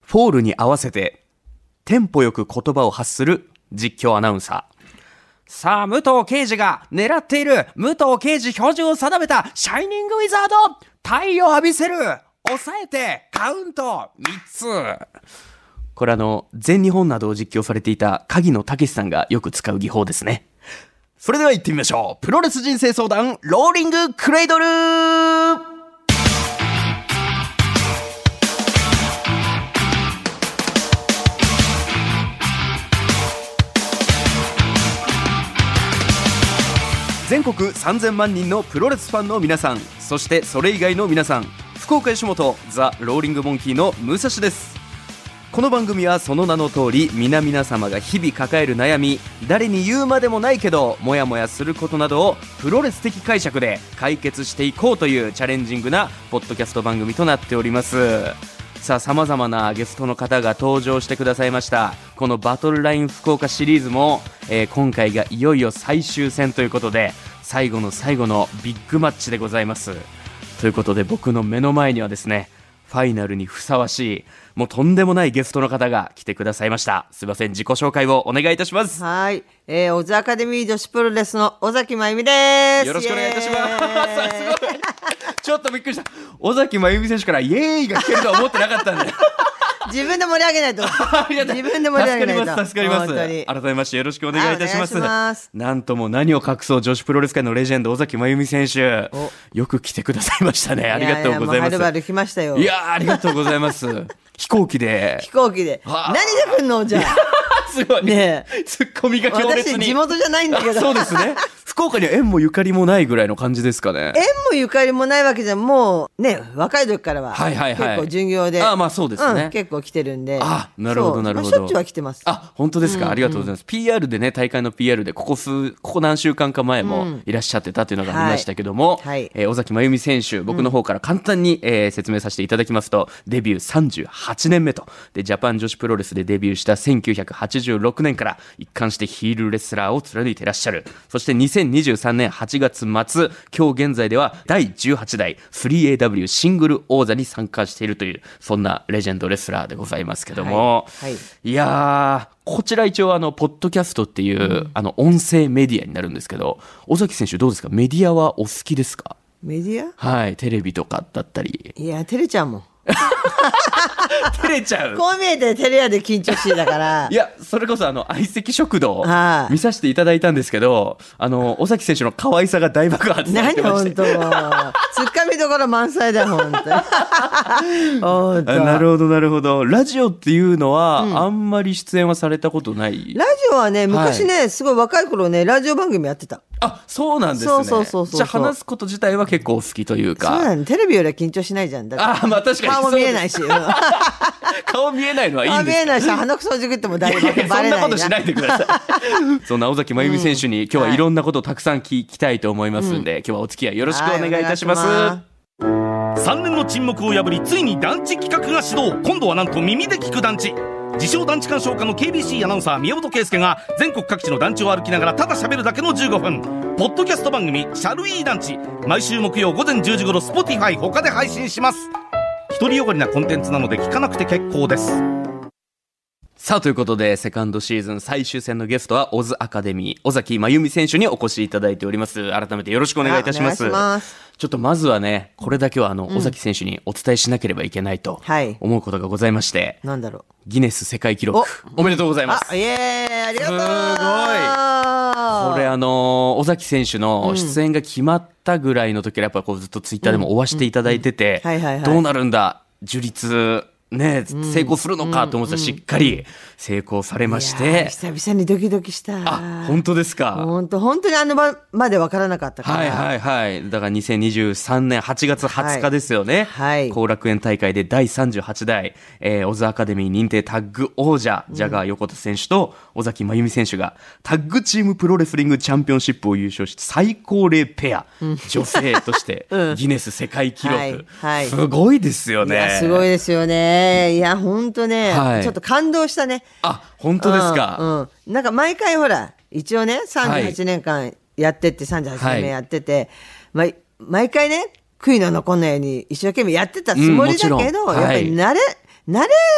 フォールに合わせてテンポよく言葉を発する実況アナウンサー。さあ、武藤敬司が狙っている武藤敬司標準を定めたシャイニングウィザード、太陽浴びせる、抑えてカウント3つ。これ全日本などを実況されていた鍵野武さんがよく使う技法ですね。それでは行ってみましょう。プロレス人生相談ローリングクレイドル。全国3000万人のプロレスファンの皆さん、そしてそれ以外の皆さん、福岡吉本ザ・ローリングモンキーの武蔵です。この番組はその名の通り、皆々様が日々抱える悩み、誰に言うまでもないけどモヤモヤすることなどをプロレス的解釈で解決していこうというチャレンジングなポッドキャスト番組となっております。さあ、様々なゲストの方が登場してくださいました。このバトルライン福岡シリーズも、今回がいよいよ最終戦ということで、最後の最後のビッグマッチでございます。ということで、僕の目の前にはですね、ファイナルにふさわしい、もうとんでもないゲストの方が来てくださいました。すいません、自己紹介をお願いいたします。 はい、オズアカデミー女子プロレスの尾崎真由美です。 よろしくお願いいたします。すごい、ちょっとびっくりした。尾崎真由美選手からイエーイが聞けるとは思ってなかったんで自分で盛り上げないと自分で盛り上げないと。 助かります。改めましてよろしくお願いいたします。 お願いします。 なんとも何を隠そう、女子プロレス界のレジェンド尾崎真由美選手、よく来てくださいましたね。ありがとうございます。 はるばる来ましたよ。 いや、ありがとうございます飛行機で何で来んのじゃあすごいね、ツッコミが強烈に。 私地元じゃないんだけどそうですね、福岡には縁もゆかりもないぐらいの感じですかね。 縁もゆかりもないわけじゃ、もうね、若い時からは結構巡業で、 まあそうですね、 結構来てるんで。 なるほどなるほど、 しょっちゅうは来てます。 本当ですか、ありがとうございます。PR でね、大会の PR でここ何週間か前もいらっしゃってたというのがありましたけども、尾崎真由美選手、僕の方から簡単に、説明させていただきますと、デビュー38年目と、でジャパン女子プロレスでデビューした1986年から一貫してヒールレスラーを貫いていらっしゃる。そして2023年8月末、今日現在では第18代 3AW シングル王座に参加しているという、そんなレジェンドレスラーでございますけども、いやー、こちら一応ポッドキャストっていう、音声メディアになるんですけど、尾崎選手どうですか？メディアはお好きですか？ メディア？ はい、テレビとかだったり。 いや、照れちゃうもん照れちゃう。 こう見えてテレアで緊張しいだからいや、それこそ相席食堂見させていただいたんですけど、尾崎選手の可愛さが大爆発されてまして。 何本当つっかみどころ満載だ本当なるほどなるほど。ラジオっていうのは、あんまり出演はされたことない？ ラジオはね、昔ね、すごい若い頃ね、ラジオ番組やってた。 そうなんですね。そうじゃあ話すこと自体は結構好きというか。 そうなんテレビよりは緊張しないじゃん。だってまあ確かに顔も見えないし顔見えないのはいいんですか？ 顔見えないし、鼻くそをじくっても誰もバレないな。 そんなことしないでくださいそんな尾崎真由美選手に今日はいろんなことをたくさん聞きたいと思いますんで、今日はお付き合いよろしくお願いいたします。 3年の沈黙を破り、ついに団地企画が始動。今度はなんと耳で聞く団地。自称団地鑑賞家の KBC アナウンサー宮本圭介が全国各地の団地を歩きながらただ喋るだけの15分ポッドキャスト番組シャルイー団地、毎週木曜午前10時頃 Spotify 他で配信します。独りよがりなコンテンツなので聞かなくて結構です。 さあ、ということでセカンドシーズン最終戦のゲストはオズアカデミー尾崎真由美選手にお越しいただいております。改めてよろしくお願いいたします。ちょっとまずはね、これだけは尾崎選手にお伝えしなければいけないと思うことがございまして、 なんだろう、 ギネス世界記録おめでとうございます。 イエーイ、ありがとう。 すごい。これ尾崎選手の出演が決まったぐらいの時からやっぱずっとツイッターでも追わしていただいてて、どうなるんだ樹立ね、成功するのかと思ったらしっかり成功されまして、 久々にドキドキした。 本当ですか？ 本当に場まで分からなかったから。 だから2023年8月20日ですよね。後楽園大会で第38代、オズアカデミー認定タッグ王者、ジャガー横田選手と尾崎真由美選手がタッグチームプロレスリングチャンピオンシップを優勝して最高齢ペア、女性としてギネス世界記録、すごいですよね。 いや、すごいですよね。いや本当ね、ちょっと感動したね。 本当ですか？ なんか毎回ほら一応ね38年間やってって38年目やってて、毎回ね悔いの残んないように一生懸命やってたつもりだけど、やっぱり慣れ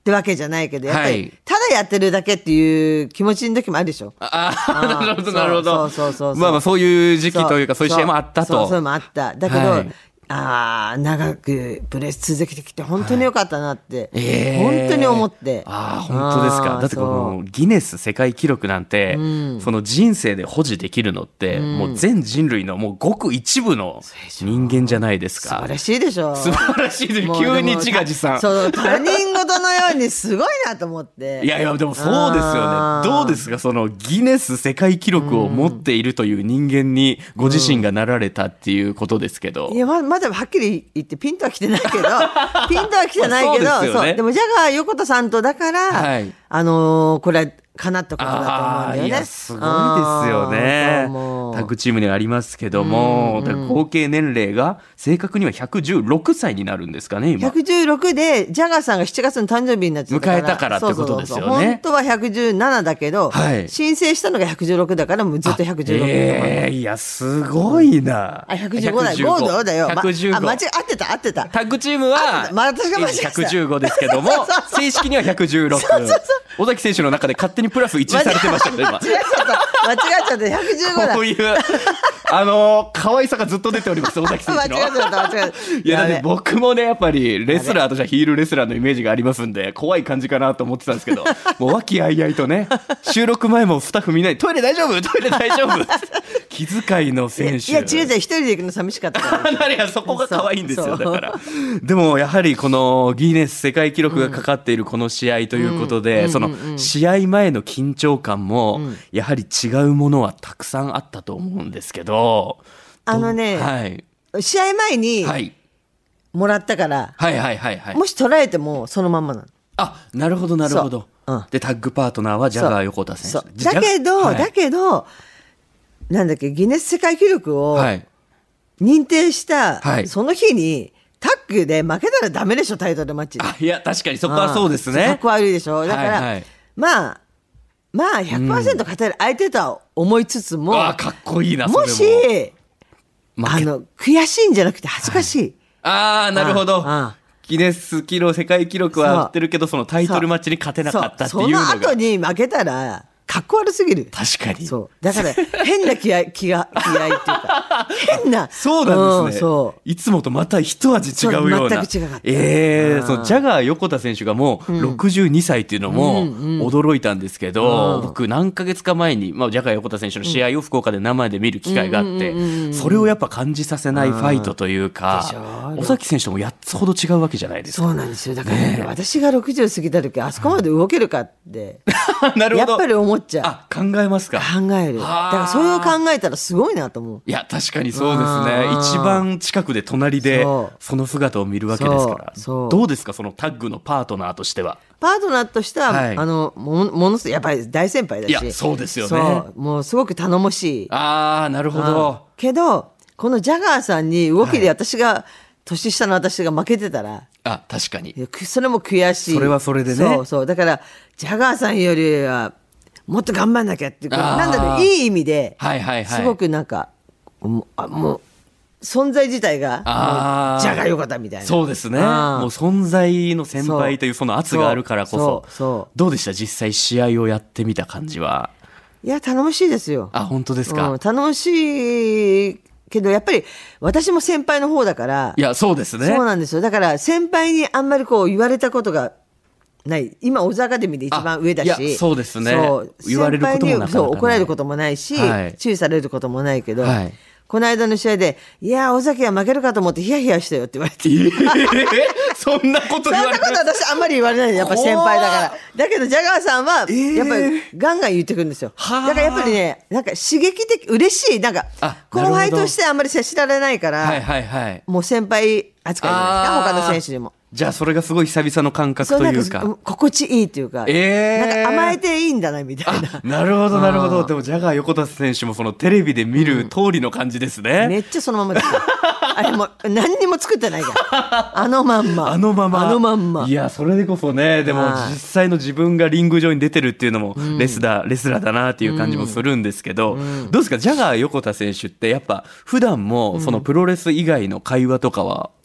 ってわけじゃないけど、やっぱり、 はい、 ただやってるだけっていう気持ちの時もあるでしょ。 なるほどなるほど。 そうまあまあそういう時期というかそういう試合もあったと。 そういうのもあった。だけど、 はい長くプレス続けてきて本当に良かったなって、本当に思って。 本当ですか。だってこのギネス世界記録なんて、その人生で保持できるのって、もう全人類のもうごく一部の人間じゃないですか。 素晴らしいでしょ。 素晴らしいです。急に自画自賛。 そう、他人事のようにすごいなと思って。 いやいや、でもそうですよね。どうですか、そのギネス世界記録を持っているという人間にご自身がなられたっていうことですけど。 いや、まだはっきり言ってピンとは来てないけどピンとは来てないけど、そうでもジャガー横田さんとだから、はい、これはかなったことだと思うんだよね。 いやすごいですよね。タッグチームにはありますけども、合計年齢が正確には116歳になるんですかね今。 116でジャガーさんが7月の誕生日になっちゃったから迎えたからってことですよね。 本当は117だけど、はい、申請したのが116だからもうずっと116。 いやすごいな。 115だよ。ゴードだよ。 115。 合ってた。 タッグチームは私が間違えた。 115ですけども正式には116。尾崎選手の中で勝手にプラス1されてましたけど今。 間違えちゃって115だ。 こういう可愛さがずっと出ております尾崎選手の。間違えた。いやだって僕もねやっぱりレスラーとしてはヒールレスラーのイメージがありますんで怖い感じかなと思ってたんですけど、もう和気あいあいとね収録前もスタッフみんなにトイレ大丈夫気遣いの選手。 いや違う一人で行くの寂しかったから。 そこが可愛いんですよ。だからでもやはりこのギネス世界記録がかかっているこの試合ということで、その試合前の緊張感もやはり違うものはたくさんあったと思うんですけど、 はい、試合前にもらったから、もし捉えてもそのまんまなの。 なるほどなるほど。でタッグパートナーはジャガー横田選手。 だけどなんだっけ、ギネス世界記録を認定した、その日にタッグで負けたらダメでしょタイトルマッチで。 いや確かにそこはそうですね。 かっこ悪いでしょ。だから、まあ 100% 勝てる相手とは思いつつも、 かっこいいなそれも。 もし悔しいんじゃなくて恥ずかしい。 なるほど。ギネス世界記録は知ってるけどそのタイトルマッチに勝てなかったっていうのが、 その後に負けたらかっこ悪すぎる。 確かに。 だから変な気合いっていうか変な。 そうなんですね。いつもとまた一味違うような。 全く違かった。 そのジャガー横田選手がもう62歳っていうのも驚いたんですけど、僕何ヶ月か前に、ジャガー横田選手の試合を福岡で生で見る機会があって、それをやっぱ感じさせないファイトというか、尾崎選手とも8つほど違うわけじゃないですか。 そうなんですよ。だから、私が60過ぎた時あそこまで動けるかってなるほど。 やっぱり思っちゃう。 考えますか。 考える。だからそれを考えたらすごいなと思う。 いや確かにそうですね。一番近くで隣でその姿を見るわけですから。どうですかそのタッグのパートナーとしては。 パートナーとしては、ものすごいやっぱり大先輩だし。 いやそうですよね。 もうすごく頼もしい。 なるほど。 けどこのジャガーさんに動きで私が、年下の私が負けてたら、 確かにそれも悔しい。 それはそれでね。 だからジャガーさんよりはもっと頑張んなきゃっていうなんだろう、いい意味で、すごくなんかもう存在自体がジャガーよかったみたいな。 そうですね。もう存在の先輩というその圧があるからこそ。どうでした実際試合をやってみた感じは。 いや頼もしいですよ。 本当ですか。 頼もしいけどやっぱり私も先輩の方だから。 いやそうですね。 そうなんですよ。だから先輩にあんまりこう言われたことがない。今オズアカデミーで一番上だし。 そうですね。言われることもなかなかない。 怒られることもないし、注意されることもないけど、この間の試合でいや尾崎は負けるかと思ってヒヤヒヤしたよって言われて、 そんなこと言われて。 そんなこと私あんまり言われない。やっぱ先輩だから。だけどジャガーさんはやっぱりガンガン言ってくるんですよ。だからやっぱりねなんか刺激的嬉しい。なんか後輩としてあんまり接しられないから、もう先輩扱いじゃないですか他の選手にも。 じゃあそれがすごい久々の感覚というか心地いいというか、なんか甘えていいんだなみたいな。 なるほどなるほど。でもジャガー横田選手もそのテレビで見る通りの感じですね。 めっちゃそのままですよ。あれも何にも作ってないからあのまんま。 いやそれでこそね。でも実際の自分がリング上に出てるっていうのもレスラーだなっていう感じもするんですけど、どうですかジャガー横田選手ってやっぱ普段もそのプロレス以外の会話とかはやって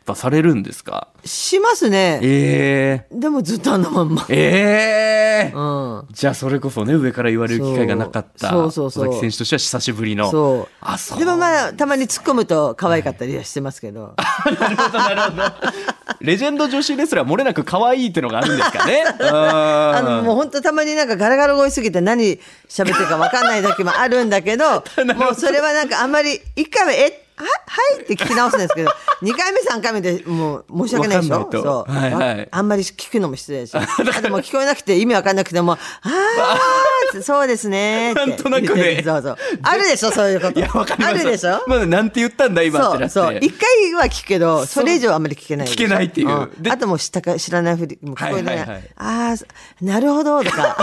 ぱされるんですか？ しますね。でもずっとあのまんま。 じゃあそれこそね、上から言われる機会がなかった尾崎選手としては久しぶりの。 でもまあたまに突っ込むと可愛かったりはしてますけど。 なるほどなるほど。レジェンド女子レスラー漏れなく可愛いっていうのがあるんですかね。 もう本当たまになんかガラガラ声すぎて何喋ってるか分かんない時もあるんだけど、もうそれはなんかあんまり一回ははいって聞き直すんですけど、2回目3回目でもう申し訳ないでしょ。そう、あんまり聞くのも失礼だし、あともう聞こえなくて意味分かんなくてもそうですねってなんとなくね。 そうあるでしょ、そういうこと。 いや、分かります。 あるでしょ。 まだなんて言ったんだ今ってなって。 そう1回は聞くけどそれ以上あんまり聞けない。 聞けないっていう。あともう知らないふりも聞こえない。なるほどとか。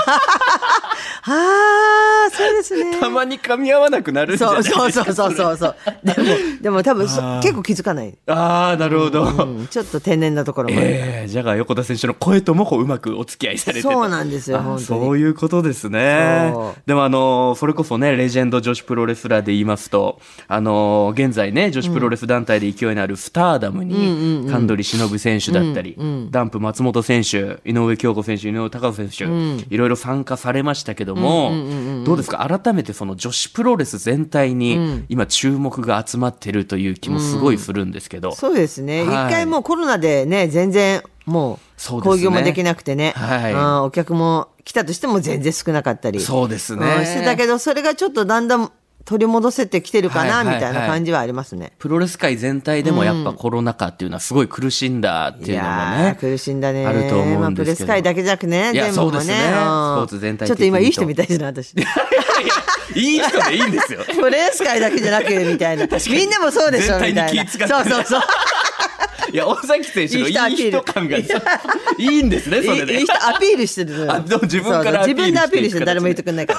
そうですね。 たまに噛み合わなくなるんじゃないですか。 そう。でも多分結構気づかない。 なるほど。 ちょっと天然なところもある。 じゃあ横田選手の声ともうまくお付き合いされてた。 そうなんですよ。本当にそういうことですね。でもそれこそね、レジェンド女子プロレスラーで言いますと、現在ね、女子プロレス団体で勢いのあるスターダムに神取忍選手だったり、ダンプ松本選手、井上京子選手、井上貴子選手、いろいろ参加されましたけども、どうですか、改めてその女子プロレス全体に今注目が集まってるという気もすごいするんですけど。 そうですね。一回もうコロナでね、全然もう興行もできなくてね、お客も来たとしても全然少なかったりそうですね、 してたけど、それがちょっとだんだん取り戻せてきてるかなみたいな感じはありますね。 プロレス界全体でもやっぱコロナ禍っていうのはすごい苦しんだっていうのもね、 苦しんだね、 あると思うんですけど、 プロレス界だけじゃなくね、全部もね、スポーツ全体的にちょっと今いい人みたいですね、私。 いい人でいいんですよ。 プロレス界だけじゃなくみたいな、みんなもそうでしょみたいな。そういや、尾崎選手のいい人感がいいんですね、それで。 いい人アピールしてる。 自分からアピールして、自分でアピールして誰も言ってくれないから。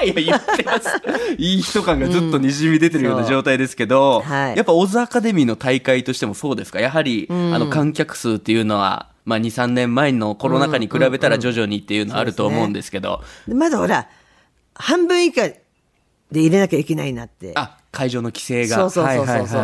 いや、言ってます。いい人感がずっとにじみ出てるような状態ですけど、やっぱオズアカデミーの大会としてもそうですか。やはり観客数っていうのは、2、3年前のコロナ禍に比べたら徐々にっていうのはあると思うんですけど、 まだほら半分以下で入れなきゃいけないなって。 会場の規制が。 そう。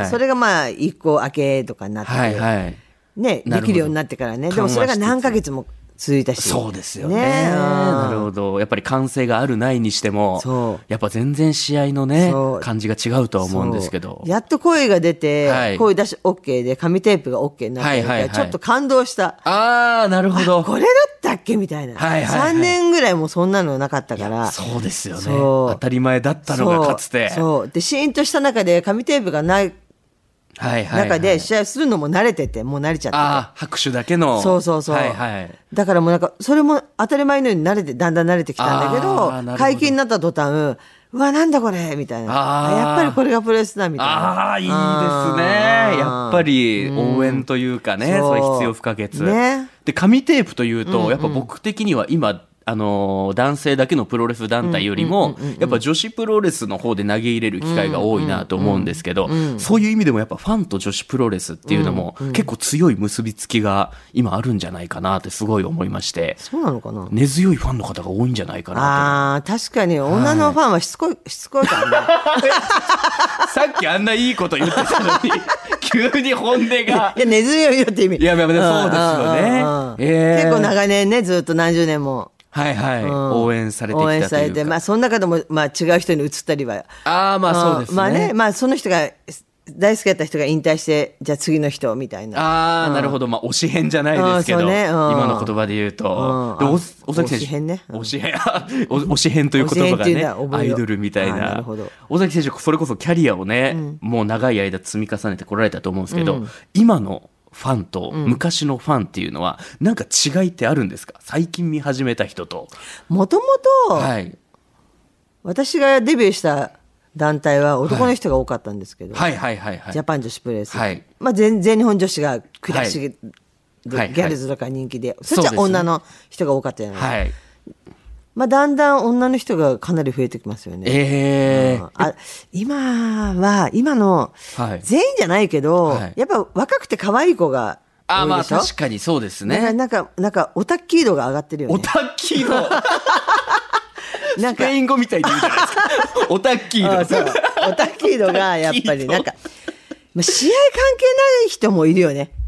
それが1個明けとかになって、ね、できるようになってからね。でもそれが何ヶ月も続いたし。 そうですよね。なるほど。やっぱり歓声があるないにしても、やっぱ全然試合のね、感じが違うとは思うんですけど。 やっと声が出て、声出し OK で、紙テープが OK になって、ちょっと感動した。 なるほど。 これだったっけみたいな。3年ぐらいもそんなのなかったから。 そうですよね。当たり前だったのがかつて。 で、シーンとした中で紙テープがない中で試合するのも慣れてて、もう慣れちゃってて、 拍手だけの。 そう、だからもうなんかそれも当たり前のようにだんだん慣れてきたんだけど、解禁になった途端、うわなんだこれみたいな、やっぱりこれがプロレスだみたいな。 いいですね。やっぱり応援というかね、それ必要不可欠で、紙テープというと、やっぱ僕的には今男性だけのプロレス団体よりもやっぱ女子プロレスの方で投げ入れる機会が多いなと思うんですけど、そういう意味でもやっぱファンと女子プロレスっていうのも結構強い結びつきが今あるんじゃないかなってすごい思いまして。 そうなのかな。 根強いファンの方が多いんじゃないかなと。 確かに女のファンはしつこいからね。 さっきあんないいこと言ってたのに急に本音が。 いや、根強いよって意味。 いや、そうですよね。 結構長年ね、ずっと何十年も応援されてきたというか。応援されて、その中でも違う人に移ったりは。 そうですね。その人が大好きだった人が引退して、じゃあ次の人みたいな。 なるほど。推し変じゃないですけど、今の言葉で言うと、尾崎選手、推し変ね。推し変という言葉がね、アイドルみたいな。尾崎選手、それこそキャリアをね、もう長い間積み重ねてこられたと思うんですけど、今のファンと昔のファンっていうのはなんか違いってあるんですか？最近見始めた人と。 もともと私がデビューした団体は男の人が多かったんですけど、ジャパン女子プロレス、全日本女子がクラッシュでギャルズとか人気で、そっちは女の人が多かったじゃないですか。だんだん女の人がかなり増えてきますよね。今の全員じゃないけど、やっぱ若くて可愛い子が多いでしょ。 確かにそうですね。 なんかオタッキー度が上がってるよね。 オタッキー度スペイン語みたいに言うじゃないですか。オタッキー度。 オタッキー度がやっぱりなんか試合関係ない人もいるよね。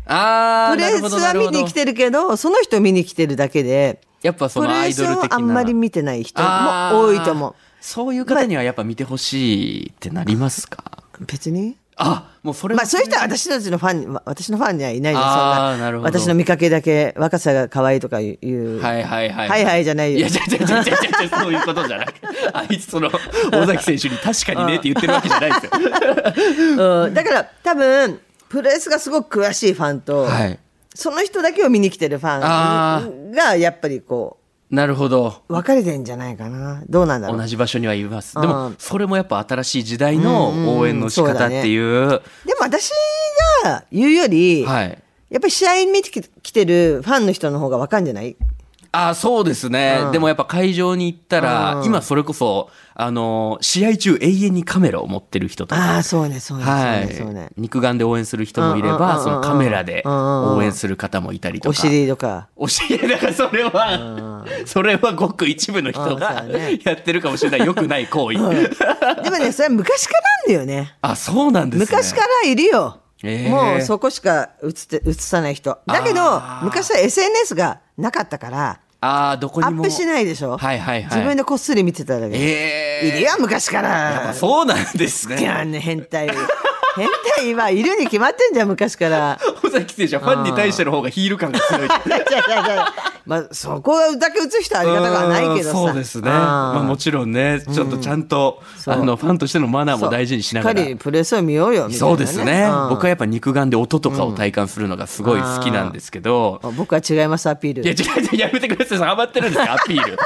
プレスは見に来てるけど、その人見に来てるだけで、 やっぱそのアイドル的な。 プレスをあんまり見てない人も多いと思う。 そういう方にはやっぱ見てほしいってなりますか？ 別に。 もうそれは、 そういう人は私のファンにはいないです。そんな。 なるほど。 私の見かけだけ若さが可愛いとかいう。はいはいじゃないよ。 いや、そういうことじゃなくて、あいつ尾崎選手に確かにねって言ってるわけじゃないですよ。 だから多分プロレスがすごく詳しいファンと、その人だけを見に来てるファンがやっぱりこう。 なるほど。 分かれてんじゃないかな。どうなんだろう。 同じ場所にはいます。でもそれもやっぱ新しい時代の応援の仕方っていう。 でも私が言うより、やっぱり試合見てきてるファンの人の方が分かるんじゃない？ そうですね。でもやっぱ会場に行ったら、今それこそ試合中永遠にカメラを持ってる人とか、 そうね。 肉眼で応援する人もいれば、そのカメラで応援する方もいたりとか。 お尻とか。 だからそれはごく一部の人がやってるかもしれない良くない行為。 でもね、それは昔からなんだよね。 そうなんですね。 昔からいるよ。もうそこしか映さない人。だけど昔は SNS がなかったから。 どこにもアップしないでしょ。自分でこっそり見てただけ。いるよ昔から。 やっぱそうなんですね。 変態はいるに決まってんじゃん昔から。 尾崎選手はファンに対しての方がヒール感が強い。 そこだけ映す人あり方がないけどさ。 そうですね。もちろんね、ちょっとちゃんとファンとしてのマナーも大事にしながら。 しっかりプレスを見ようよみたいなね。 そうですね。僕はやっぱ肉眼で音とかを体感するのがすごい好きなんですけど。 僕は違いますアピール。 いややめてください。ハマってるんですかアピール。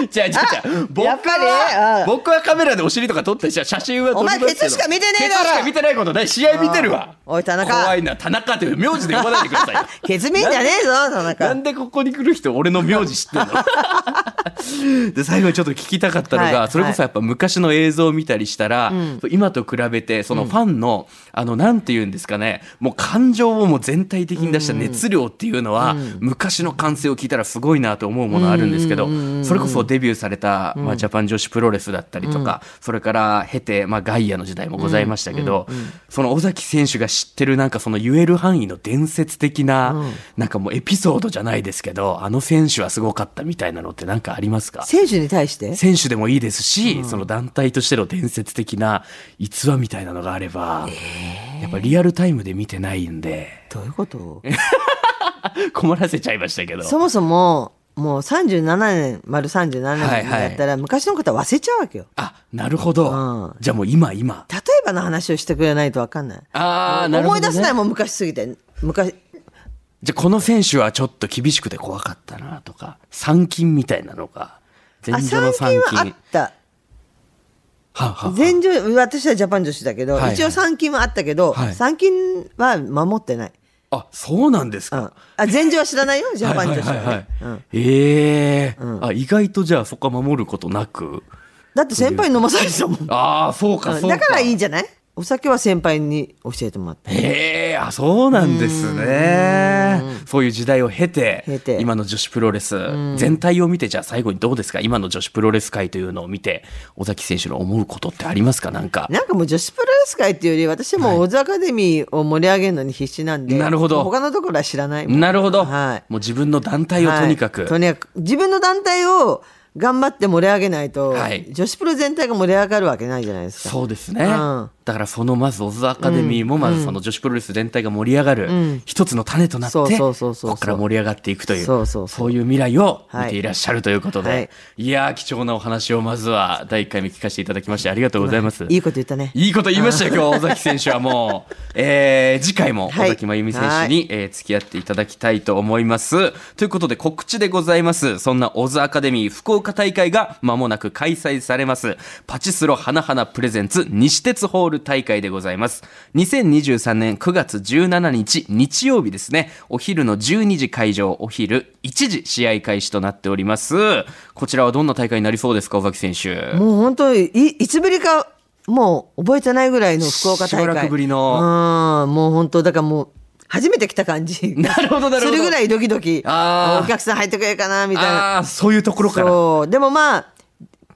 僕はカメラでお尻とか撮って写真は撮りますけど。 お前ケツしか見てねえだろ。 ケツしか見てないことない。試合見てるわ。 おい田中。 怖いな。田中って名字で呼ばないでください。 ケツ見んじゃねえぞ田中。 なんでここに来る人俺の名字知ってんの？で最後にちょっと聞きたかったのが、それこそやっぱ昔の映像を見たりしたら、今と比べてそのファンのなんていうんですかね、もう感情をもう全体的に出した熱量っていうのは、昔の歓声を聞いたらすごいなと思うものあるんですけど、それこそデビューされた、ジャパン女子プロレスだったりとか、それから経て、ガイアの時代もございましたけど、その尾崎選手が知ってるなんかその言える範囲の伝説的な、なんかもうエピソードじゃないですけど、選手はすごかったみたいなのって何かありますか？ 選手に対して？ 選手でもいいですし、その団体としての伝説的な逸話みたいなのがあれば、やっぱリアルタイムで見てないんで。 どういうこと？ 困らせちゃいましたけど。 そもそももう37年丸37年だったら、昔のことは忘れちゃうわけよ。 なるほど。じゃあもう今例えばの話をしてくれないと分かんない。 なるほどね。 思い出せないもん昔すぎて。 じゃあこの選手はちょっと厳しくて怖かったなとか、参勤みたいなのが。前女の参勤はあった。前女、私はジャパン女子だけど、一応参勤はあったけど、参勤は守ってない。 そうなんですか。 前女は知らないよ、ジャパン女子はね。 意外とじゃあそこは守ることなく。 だって先輩に飲まされてたもん。 そうか。 だからいいんじゃない？お酒は先輩に教えてもらって。 そうなんですね。そういう時代を経て今の女子プロレス全体を見て、じゃあ最後にどうですか？今の女子プロレス界というのを見て尾崎選手の思うことってありますか？なんかもう女子プロレス界っていうより、私はもうオズアカデミーを盛り上げるのに必死なんで。 なるほど。 他のところは知らないもん。 なるほど。もう自分の団体をとにかく自分の団体を頑張って盛り上げないと、女子プロ全体が盛り上がるわけないじゃないですか。 そうですね。だからそのまずオズアカデミーもまずその女子プロレス全体が盛り上がる一つの種となって、ここから盛り上がっていくという、そういう未来を見ていらっしゃるということで、いや貴重なお話をまずは第1回目聞かせていただきましてありがとうございます。 いいこと言ったね。 いいこと言いましたよ今日尾崎選手はもう、次回も尾崎真由美選手に、付き合っていただきたいと思います。ということで告知でございます。そんなオズアカデミー福岡大会が間もなく開催されますパチスロ花々プレゼンツ西鉄ホール大会でございます。2023年9月17日日曜日ですね。お昼の12時会場、お昼1時試合開始となっております。こちらはどんな大会になりそうですか尾崎選手？ もう本当に いつぶりかもう覚えてないぐらいの福岡大会。 しばらくぶりの。 もう本当だからもう初めて来た感じなるほどするぐらいドキドキ、お客さん入ってくれるかなみたいな。 そういうところから。 でも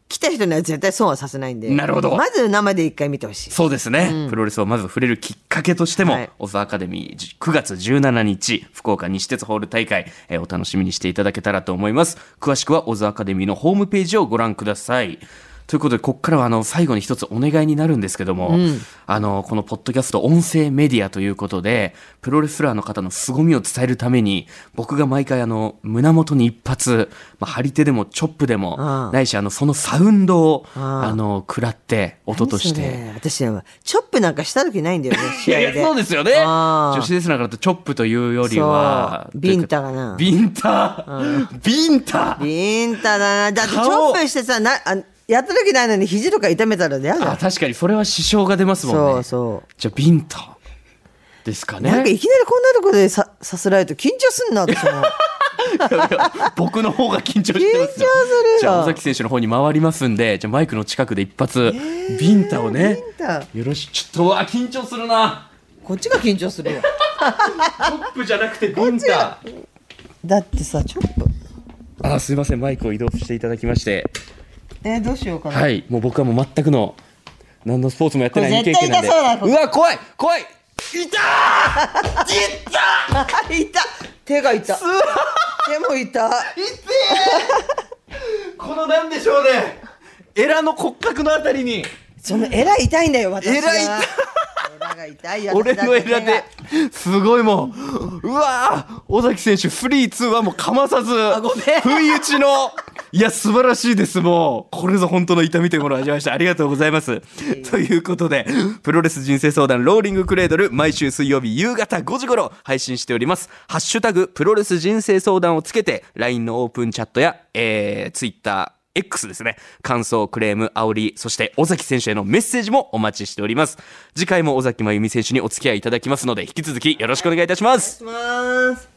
来た人には絶対損はさせないんで。 なるほど。 まず生で一回見てほしい。 そうですね、プロレスをまず触れるきっかけとしても、はい、オズアカデミー9月17日福岡西鉄ホール大会、お楽しみにしていただけたらと思います。詳しくはオズアカデミーのホームページをご覧ください。ということでここからは最後に一つお願いになるんですけども、このポッドキャスト音声メディアということでプロレスラーの方の凄みを伝えるために僕が毎回胸元に一発、張り手でもチョップでもないしそのサウンドを食らって音として。 私はチョップなんかした時ないんだよね試合で。 いやそうですよね。女子レスラーからとチョップというよりはビンタかな。 ビンタだな。だってチョップしてさやった時ないのに肘とか痛めたら嫌だ。 確かにそれは支障が出ますもんね。そうじゃあビンタですかね。 なんかいきなりこんなところでさすられると緊張すんな私も。 僕の方が緊張してますよ。 緊張するよ。 じゃあ尾崎選手の方に回りますんで、じゃあマイクの近くで一発、ビンタをね。よろしちょっと緊張するな。 こっちが緊張するよ。 チョップじゃなくてビンタだってさチョップ。 すいません、マイクを移動していただきまして。 どうしようかな。 はい、もう僕はもう全くの何のスポーツもやってない未経験なんで。うわ怖い痛手が痛手も痛このなんでしょうね、エラの骨格のあたりにそのエラ痛いんだよ私は。 エラが痛い。俺のエラですごいもうわ尾崎選手フリー2はもうかまさず不意打ちのいや素晴らしいです。もうこれぞ本当の痛みというものを味わいました。ありがとうございます。ということでプロレス人生相談ローリングクレードル毎週水曜日夕方5時頃配信しております。ハッシュタグプロレス人生相談をつけて LINE のオープンチャットや、Twitter X ですね、感想クレーム煽りそして尾崎選手へのメッセージもお待ちしております。次回も尾崎真由美選手にお付き合いいただきますので引き続きよろしくお願いいたします。 お願いします。